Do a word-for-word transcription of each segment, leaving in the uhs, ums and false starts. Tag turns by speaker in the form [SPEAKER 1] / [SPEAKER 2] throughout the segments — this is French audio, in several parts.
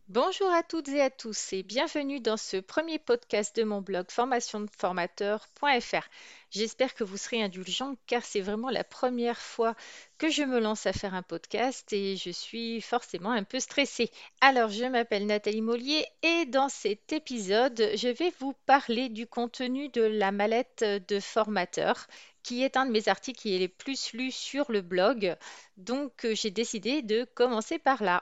[SPEAKER 1] Bonjour à toutes et à tous et bienvenue dans ce premier podcast de mon blog formation de formateur point f r. J'espère que vous serez indulgents car c'est vraiment la première fois que je me lance à faire un podcast et je suis forcément un peu stressée. Alors, je m'appelle Nathalie Mollier et dans cet épisode, je vais vous parler du contenu de la mallette de formateur qui est un de mes articles qui est les plus lus sur le blog. Donc, euh, j'ai décidé de commencer par là.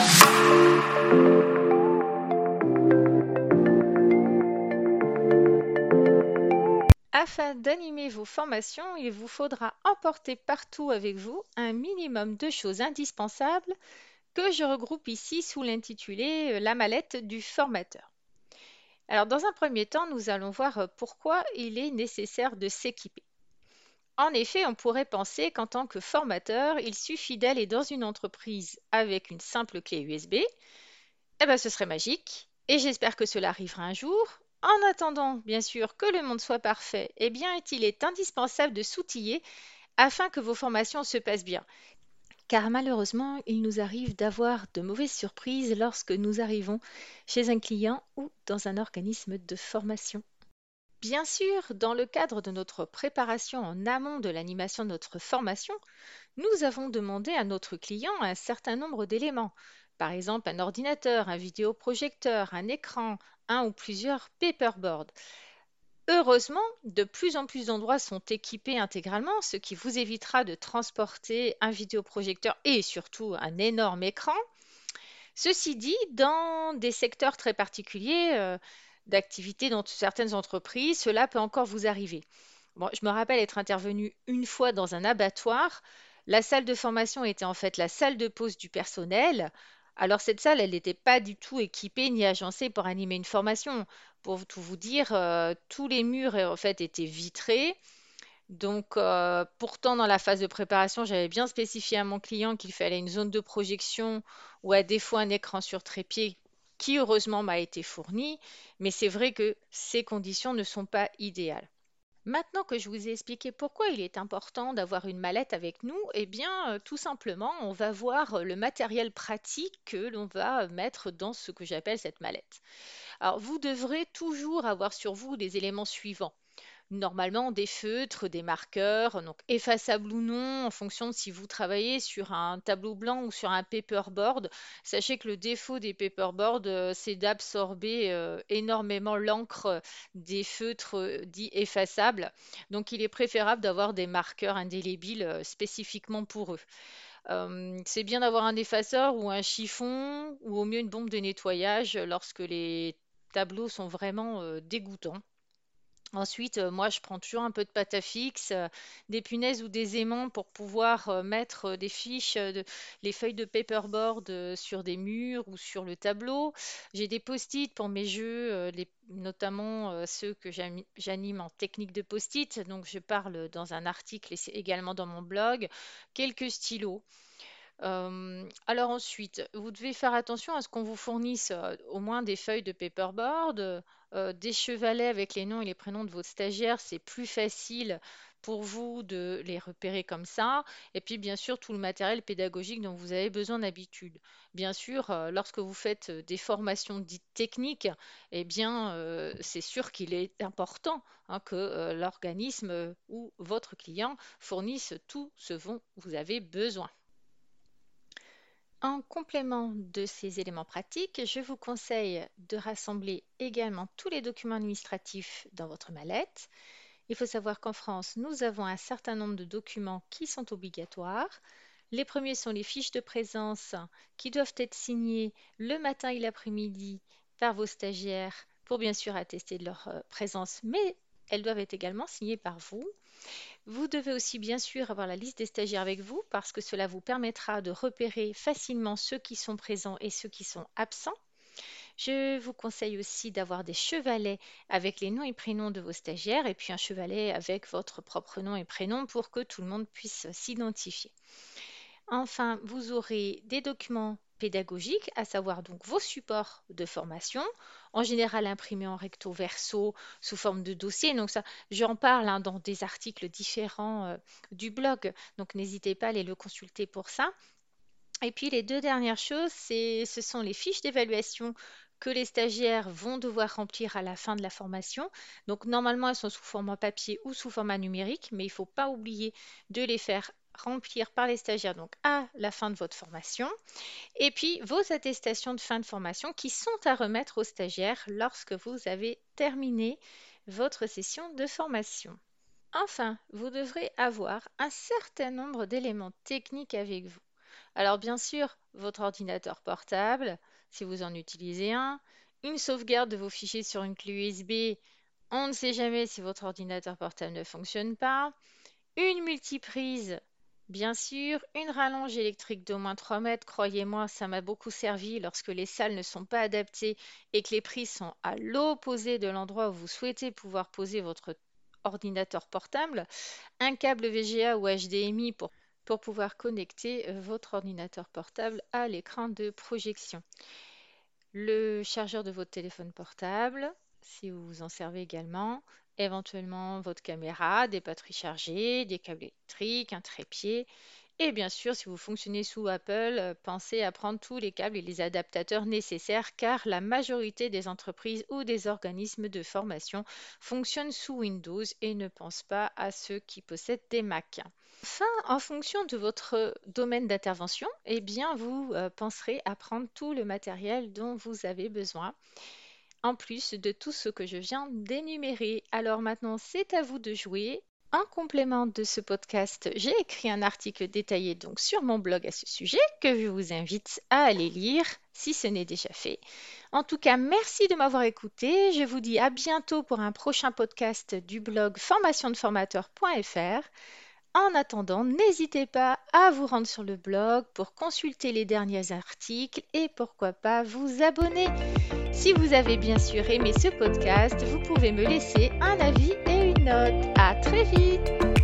[SPEAKER 1] Afin d'animer vos formations, il vous faudra emporter partout avec vous un minimum de choses indispensables que je regroupe ici sous l'intitulé euh, La mallette du formateur. Alors, dans un premier temps, nous allons voir euh, pourquoi il est nécessaire de s'équiper. En effet, on pourrait penser qu'en tant que formateur, il suffit d'aller dans une entreprise avec une simple clé U S B. Eh bien, ce serait magique, et j'espère que cela arrivera un jour. En attendant, bien sûr, que le monde soit parfait, eh bien, il est indispensable de s'outiller afin que vos formations se passent bien. Car malheureusement, il nous arrive d'avoir de mauvaises surprises lorsque nous arrivons chez un client ou dans un organisme de formation. Bien sûr, dans le cadre de notre préparation en amont de l'animation de notre formation, nous avons demandé à notre client un certain nombre d'éléments. Par exemple, un ordinateur, un vidéoprojecteur, un écran, un ou plusieurs paperboards. Heureusement, de plus en plus d'endroits sont équipés intégralement, ce qui vous évitera de transporter un vidéoprojecteur et surtout un énorme écran. Ceci dit, dans des secteurs très particuliers euh, d'activité dans certaines entreprises, cela peut encore vous arriver. Bon, je me rappelle être intervenue une fois dans un abattoir. La salle de formation était en fait la salle de pause du personnel. Alors cette salle, elle n'était pas du tout équipée ni agencée pour animer une formation. Pour tout vous dire, euh, tous les murs en fait étaient vitrés. Donc, euh, pourtant, dans la phase de préparation, j'avais bien spécifié à mon client qu'il fallait une zone de projection ou à défaut un écran sur trépied qui, heureusement, m'a été fourni. Mais c'est vrai que ces conditions ne sont pas idéales. Maintenant que je vous ai expliqué pourquoi il est important d'avoir une mallette avec nous, eh bien, euh, tout simplement, on va voir euh, le matériel pratique que l'on va mettre dans ce que j'appelle cette mallette. Alors, vous devrez toujours avoir sur vous les éléments suivants. Normalement, des feutres, des marqueurs, donc effaçables ou non, en fonction de si vous travaillez sur un tableau blanc ou sur un paperboard. Sachez que le défaut des paperboards, euh, c'est d'absorber euh, énormément l'encre des feutres euh, dits effaçables. Donc, il est préférable d'avoir des marqueurs indélébiles euh, spécifiquement pour eux. Euh, c'est bien d'avoir un effaceur ou un chiffon ou au mieux une bombe de nettoyage lorsque les tableaux sont vraiment euh, dégoûtants. Ensuite, euh, moi, je prends toujours un peu de pâte à fixe, euh, des punaises ou des aimants pour pouvoir euh, mettre euh, des fiches, euh, de- les feuilles de paperboard euh, sur des murs ou sur le tableau. J'ai des post-it pour mes jeux, euh, les- notamment euh, ceux que j'ami- j'anime en technique de post-it. Donc, je parle dans un article et c'est également dans mon blog. Quelques stylos. Euh, alors ensuite, vous devez faire attention à ce qu'on vous fournisse euh, au moins des feuilles de paperboard, euh, euh, des chevalets avec les noms et les prénoms de vos stagiaires, c'est plus facile pour vous de les repérer comme ça. Et puis bien sûr, tout le matériel pédagogique dont vous avez besoin d'habitude. Bien sûr, euh, lorsque vous faites euh, des formations dites techniques, eh bien, euh, c'est sûr qu'il est important hein, que euh, l'organisme euh, ou votre client fournisse tout ce dont vous avez besoin. En complément de ces éléments pratiques, je vous conseille de rassembler également tous les documents administratifs dans votre mallette. Il faut savoir qu'en France, nous avons un certain nombre de documents qui sont obligatoires. Les premiers sont les fiches de présence qui doivent être signées le matin et l'après-midi par vos stagiaires pour bien sûr attester de leur euh, présence, mais elles doivent être également signées par vous. Vous devez aussi bien sûr avoir la liste des stagiaires avec vous parce que cela vous permettra de repérer facilement ceux qui sont présents et ceux qui sont absents. Je vous conseille aussi d'avoir des chevalets avec les noms et prénoms de vos stagiaires et puis un chevalet avec votre propre nom et prénom pour que tout le monde puisse s'identifier. Enfin, vous aurez des documents pédagogiques, à savoir donc vos supports de formation, en général imprimés en recto verso sous forme de dossier. Donc ça, j'en parle hein, dans des articles différents euh, du blog, donc n'hésitez pas à aller le consulter pour ça. Et puis les deux dernières choses, c'est, ce sont les fiches d'évaluation que les stagiaires vont devoir remplir à la fin de la formation. Donc normalement, elles sont sous format papier ou sous format numérique, mais il ne faut pas oublier de les faire remplir par les stagiaires donc à la fin de votre formation. Et puis vos attestations de fin de formation qui sont à remettre aux stagiaires lorsque vous avez terminé votre session de formation. Enfin, vous devrez avoir un certain nombre d'éléments techniques avec vous. Alors bien sûr, votre ordinateur portable, si vous en utilisez un, une sauvegarde de vos fichiers sur une clé U S B, on ne sait jamais si votre ordinateur portable ne fonctionne pas, une multiprise, bien sûr, une rallonge électrique d'au moins trois mètres, croyez-moi, ça m'a beaucoup servi lorsque les salles ne sont pas adaptées et que les prises sont à l'opposé de l'endroit où vous souhaitez pouvoir poser votre ordinateur portable, un câble V G A ou H D M I pour, pour pouvoir connecter euh, votre ordinateur portable à l'écran de projection. Le chargeur de votre téléphone portable, si vous vous en servez également, éventuellement votre caméra, des batteries chargées, des câbles électriques, un trépied. Et bien sûr, si vous fonctionnez sous Apple, euh, pensez à prendre tous les câbles et les adaptateurs nécessaires car la majorité des entreprises ou des organismes de formation fonctionnent sous Windows et ne pensent pas à ceux qui possèdent des Mac. Enfin, en fonction de votre domaine d'intervention, eh bien, vous euh, penserez à prendre tout le matériel dont vous avez besoin, en plus de tout ce que je viens d'énumérer. Alors maintenant, c'est à vous de jouer. En complément de ce podcast, j'ai écrit un article détaillé donc sur mon blog à ce sujet que je vous invite à aller lire si ce n'est déjà fait. En tout cas, merci de m'avoir écouté. Je vous dis à bientôt pour un prochain podcast du blog formation de formateur point f r. En attendant, n'hésitez pas à vous rendre sur le blog pour consulter les derniers articles et pourquoi pas vous abonner. Si vous avez bien sûr aimé ce podcast, vous pouvez me laisser un avis et une note. À très vite!